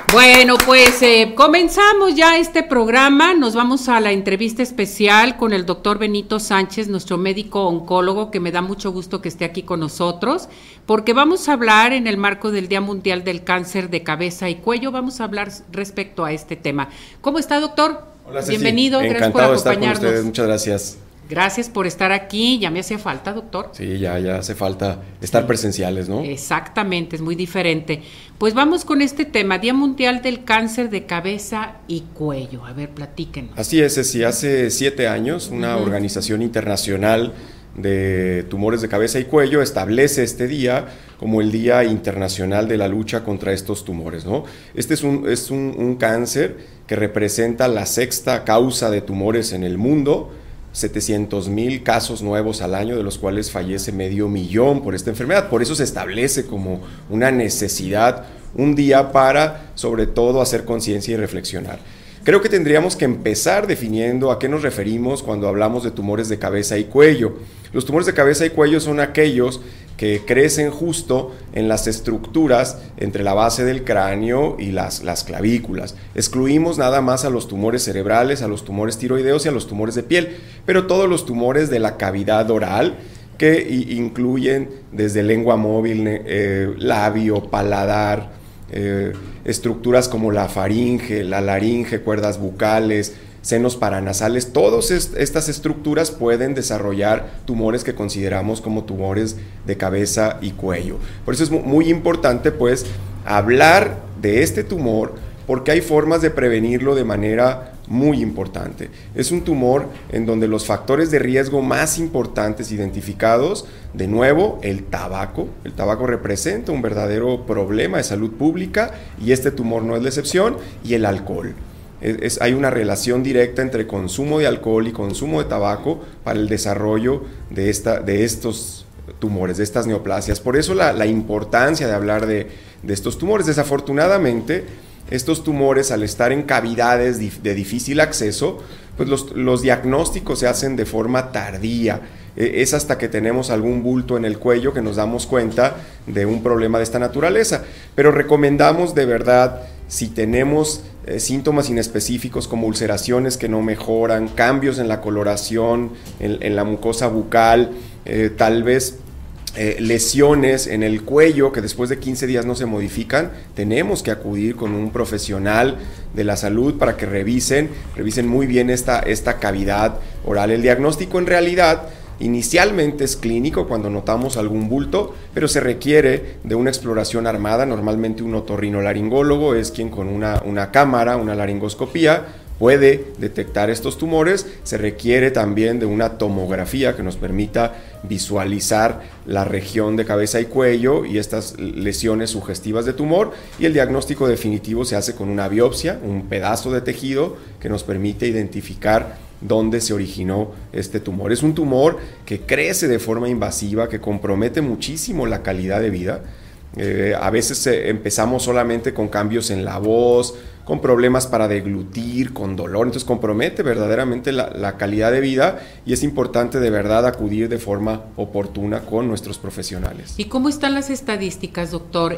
Bueno, pues comenzamos ya este programa. Nos vamos a la entrevista especial con el doctor Benito Sánchez, nuestro médico oncólogo, que me da mucho gusto que esté aquí con nosotros, porque vamos a hablar en el marco del Día Mundial del Cáncer de Cabeza y Cuello. Vamos a hablar respecto a este tema. ¿Cómo está, doctor? Hola, Ceci. Bienvenido, Encantado gracias por acompañarnos. De estar con ustedes, muchas gracias. Gracias por estar aquí, ya me hacía falta, doctor. Sí, ya hace falta estar presenciales, ¿no? Exactamente, es muy diferente. Pues vamos con este tema, Día Mundial del Cáncer de Cabeza y Cuello. A ver, platíquenos. Así es, Ceci, hace 7 años una organización internacional de tumores de cabeza y cuello establece este día como el Día Internacional de la Lucha contra estos tumores, ¿no? Este es un cáncer que representa la 6ª causa de tumores en el mundo. 700,000 casos nuevos al año, de los cuales fallece 500,000 por esta enfermedad. Por eso se establece como una necesidad, un día para, sobre todo, hacer conciencia y reflexionar. Creo que tendríamos que empezar definiendo a qué nos referimos cuando hablamos de tumores de cabeza y cuello. Los tumores de cabeza y cuello son aquellos que crecen justo en las estructuras entre la base del cráneo y las clavículas. Excluimos nada más a los tumores cerebrales, a los tumores tiroideos y a los tumores de piel, pero todos los tumores de la cavidad oral, que incluyen desde lengua móvil, labio, paladar, estructuras como la faringe, la laringe, cuerdas bucales, senos paranasales, todas estas estructuras pueden desarrollar tumores que consideramos como tumores de cabeza y cuello. Por eso es muy importante, pues, hablar de este tumor, porque hay formas de prevenirlo de manera muy importante. Es un tumor en donde los factores de riesgo más importantes identificados, de nuevo, el tabaco. El tabaco representa un verdadero problema de salud pública y este tumor no es la excepción, y el alcohol. Hay una relación directa entre consumo de alcohol y consumo de tabaco para el desarrollo de estos tumores, de estas neoplasias. Por eso la importancia de hablar de estos tumores. Desafortunadamente, estos tumores, al estar en cavidades de difícil acceso, pues los diagnósticos se hacen de forma tardía. Es hasta que tenemos algún bulto en el cuello que nos damos cuenta de un problema de esta naturaleza. Pero recomendamos de verdad, si tenemos síntomas inespecíficos como ulceraciones que no mejoran, cambios en la coloración, en la mucosa bucal, tal vez lesiones en el cuello que después de 15 días no se modifican, tenemos que acudir con un profesional de la salud para que revisen muy bien esta cavidad oral. El diagnóstico en realidad inicialmente es clínico cuando notamos algún bulto, pero se requiere de una exploración armada. Normalmente un otorrinolaringólogo es quien con una cámara, una laringoscopía, puede detectar estos tumores. Se requiere también de una tomografía que nos permita visualizar la región de cabeza y cuello y estas lesiones sugestivas de tumor, y el diagnóstico definitivo se hace con una biopsia, un pedazo de tejido que nos permite identificar dónde se originó este tumor. Es un tumor que crece de forma invasiva, que compromete muchísimo la calidad de vida. A veces empezamos solamente con cambios en la voz, con problemas para deglutir, con dolor, entonces compromete verdaderamente la calidad de vida, y es importante de verdad acudir de forma oportuna con nuestros profesionales. ¿Y cómo están las estadísticas, doctor?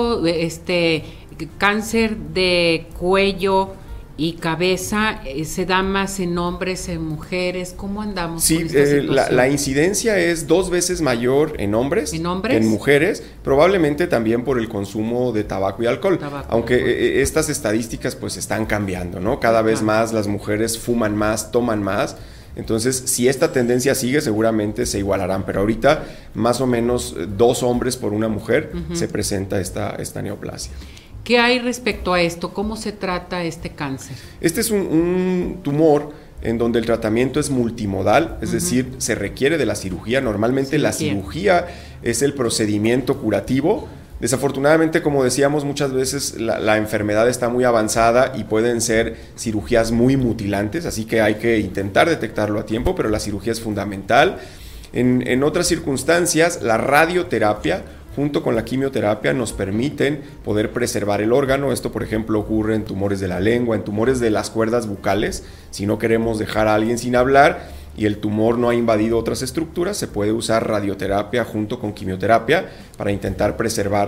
Cáncer de cuello y cabeza, ¿se da más en hombres, en mujeres? ¿Cómo andamos? Sí, la incidencia es 2 veces mayor en hombres que en mujeres, probablemente también por el consumo de tabaco y alcohol, aunque estas estadísticas pues están cambiando, ¿no? Cada vez más las mujeres fuman más, toman más. Entonces, si esta tendencia sigue, seguramente se igualarán, pero ahorita más o menos 2 hombres por una mujer se presenta esta neoplasia. ¿Qué hay respecto a esto? ¿Cómo se trata este cáncer? Este es un tumor en donde el tratamiento es multimodal, es decir, se requiere de la cirugía. Normalmente la cirugía es el procedimiento curativo. Desafortunadamente, como decíamos, muchas veces la enfermedad está muy avanzada y pueden ser cirugías muy mutilantes, así que hay que intentar detectarlo a tiempo, pero la cirugía es fundamental. En otras circunstancias, la radioterapia junto con la quimioterapia nos permiten poder preservar el órgano. Esto, por ejemplo, ocurre en tumores de la lengua, en tumores de las cuerdas bucales. Si no queremos dejar a alguien sin hablar y el tumor no ha invadido otras estructuras, se puede usar radioterapia junto con quimioterapia para intentar preservar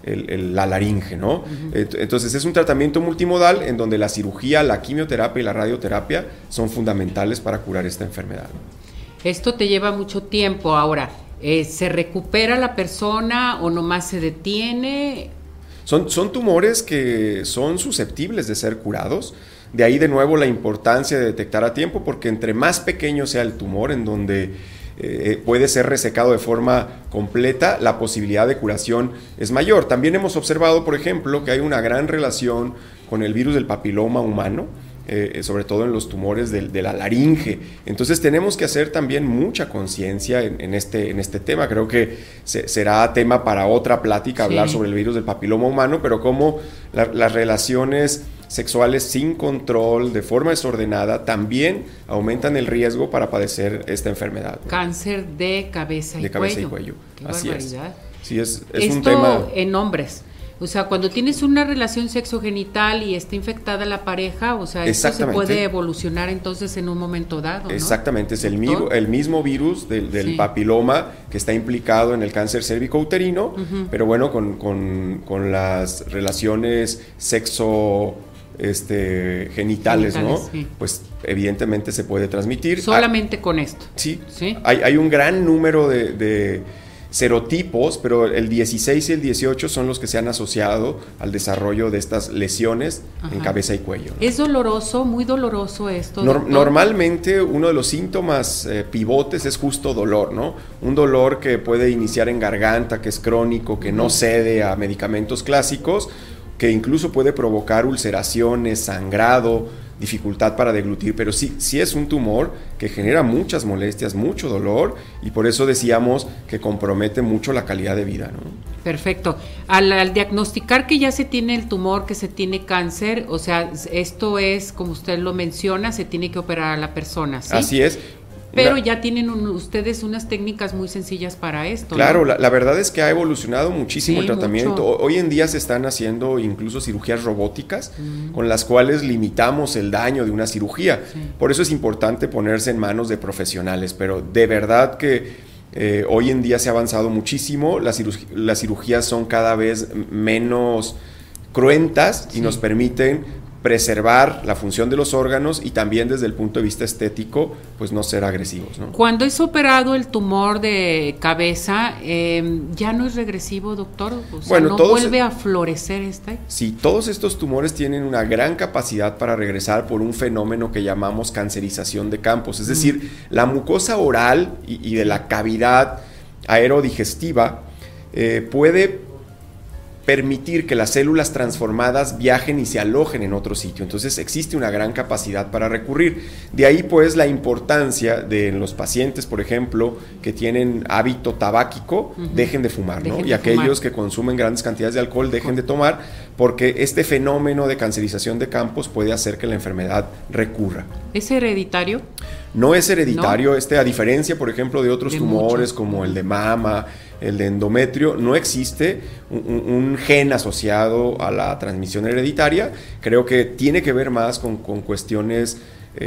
la laringe, ¿no? Entonces es un tratamiento multimodal en donde la cirugía, la quimioterapia y la radioterapia son fundamentales para curar esta enfermedad. Esto te lleva mucho tiempo. Ahora, ¿se recupera la persona o nomás se detiene? Son tumores que son susceptibles de ser curados. De ahí de nuevo la importancia de detectar a tiempo, porque entre más pequeño sea el tumor, en donde puede ser resecado de forma completa, la posibilidad de curación es mayor. También hemos observado, por ejemplo, que hay una gran relación con el virus del papiloma humano, sobre todo en los tumores de la laringe. Entonces tenemos que hacer también mucha conciencia en este tema. Creo que será tema para otra plática, hablar sobre el virus del papiloma humano, pero cómo las relaciones sexuales sin control, de forma desordenada, también aumentan el riesgo para padecer esta enfermedad, ¿no? Cáncer de cabeza y cuello. Qué Así barbaridad. Es. Sí, es Esto un tema en hombres. O sea, cuando tienes una relación sexogenital y está infectada la pareja, o sea, esto se puede evolucionar entonces en un momento dado, ¿no? Exactamente, es el mismo virus del papiloma que está implicado en el cáncer cérvico-uterino, pero bueno, con las relaciones genitales, ¿no? Sí. Pues evidentemente se puede transmitir. Solamente con esto. Sí. Hay un gran número de serotipos, pero el 16 y el 18 son los que se han asociado al desarrollo de estas lesiones en cabeza y cuello, ¿no? ¿Es doloroso, muy doloroso esto? Normalmente uno de los síntomas pivotes es justo dolor, ¿no? Un dolor que puede iniciar en garganta, que es crónico, que no cede a medicamentos clásicos, que incluso puede provocar ulceraciones, sangrado, dificultad para deglutir, pero sí es un tumor que genera muchas molestias, mucho dolor, y por eso decíamos que compromete mucho la calidad de vida, ¿no? Perfecto. Al diagnosticar que ya se tiene el tumor, que se tiene cáncer, o sea, esto es, como usted lo menciona, se tiene que operar a la persona, ¿sí? Así es. Pero ya tienen ustedes unas técnicas muy sencillas para esto. Claro, ¿no? la verdad es que ha evolucionado muchísimo el tratamiento. Mucho. Hoy en día se están haciendo incluso cirugías robóticas con las cuales limitamos el daño de una cirugía. Sí. Por eso es importante ponerse en manos de profesionales, pero de verdad que hoy en día se ha avanzado muchísimo. Las cirugías son cada vez menos cruentas y nos permiten preservar la función de los órganos y también desde el punto de vista estético, pues no ser agresivos, ¿no? Cuando es operado el tumor de cabeza, ¿ya no es regresivo, doctor? O sea, ¿no vuelve a florecer este? Sí, todos estos tumores tienen una gran capacidad para regresar por un fenómeno que llamamos cancerización de campos, es decir, la mucosa oral y de la cavidad aerodigestiva puede permitir que las células transformadas viajen y se alojen en otro sitio. Entonces existe una gran capacidad para recurrir. De ahí pues la importancia de los pacientes, por ejemplo, que tienen hábito tabáquico, dejen de fumar, ¿no? Y aquellos que consumen grandes cantidades de alcohol, dejen de tomar, porque este fenómeno de cancerización de campos puede hacer que la enfermedad recurra. ¿Es hereditario? No es hereditario, ¿no? A diferencia, por ejemplo, de otros tumores como el de mama, el de endometrio, no existe un gen asociado a la transmisión hereditaria. Creo que tiene que ver más con cuestiones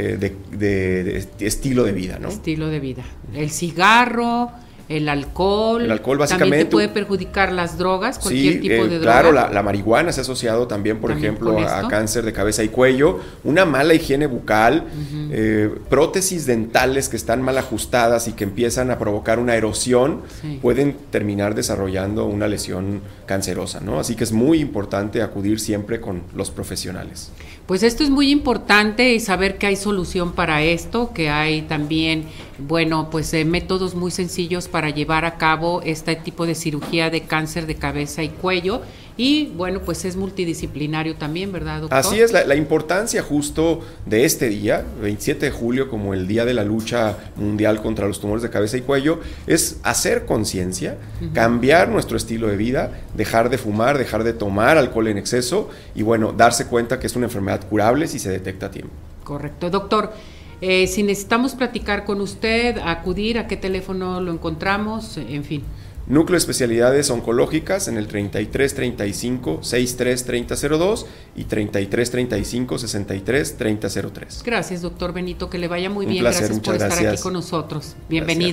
de estilo de vida, ¿no? Estilo de vida. El cigarro, el alcohol básicamente también te puede perjudicar, las drogas, cualquier tipo de droga. Claro, la marihuana se ha asociado también, por ejemplo, a cáncer de cabeza y cuello, una mala higiene bucal, prótesis dentales que están mal ajustadas y que empiezan a provocar una erosión, pueden terminar desarrollando una lesión cancerosa, ¿no? Así que es muy importante acudir siempre con los profesionales. Pues esto es muy importante y saber que hay solución para esto, que hay también, bueno, pues métodos muy sencillos para llevar a cabo este tipo de cirugía de cáncer de cabeza y cuello. Y bueno, pues es multidisciplinario también, ¿verdad, doctor? Así es, la importancia justo de este día, 27 de julio, como el Día de la Lucha Mundial contra los Tumores de Cabeza y Cuello, es hacer conciencia, cambiar nuestro estilo de vida, dejar de fumar, dejar de tomar alcohol en exceso y bueno, darse cuenta que es una enfermedad curable si se detecta a tiempo. Correcto, doctor. Si necesitamos platicar con usted, acudir, ¿a qué teléfono lo encontramos? En fin. Núcleo de Especialidades Oncológicas en el 33 35 63 3002 y 33 35 63 3003. Gracias, doctor Benito, que le vaya muy Un bien. placer, gracias por estar gracias. Aquí con nosotros. Bienvenido.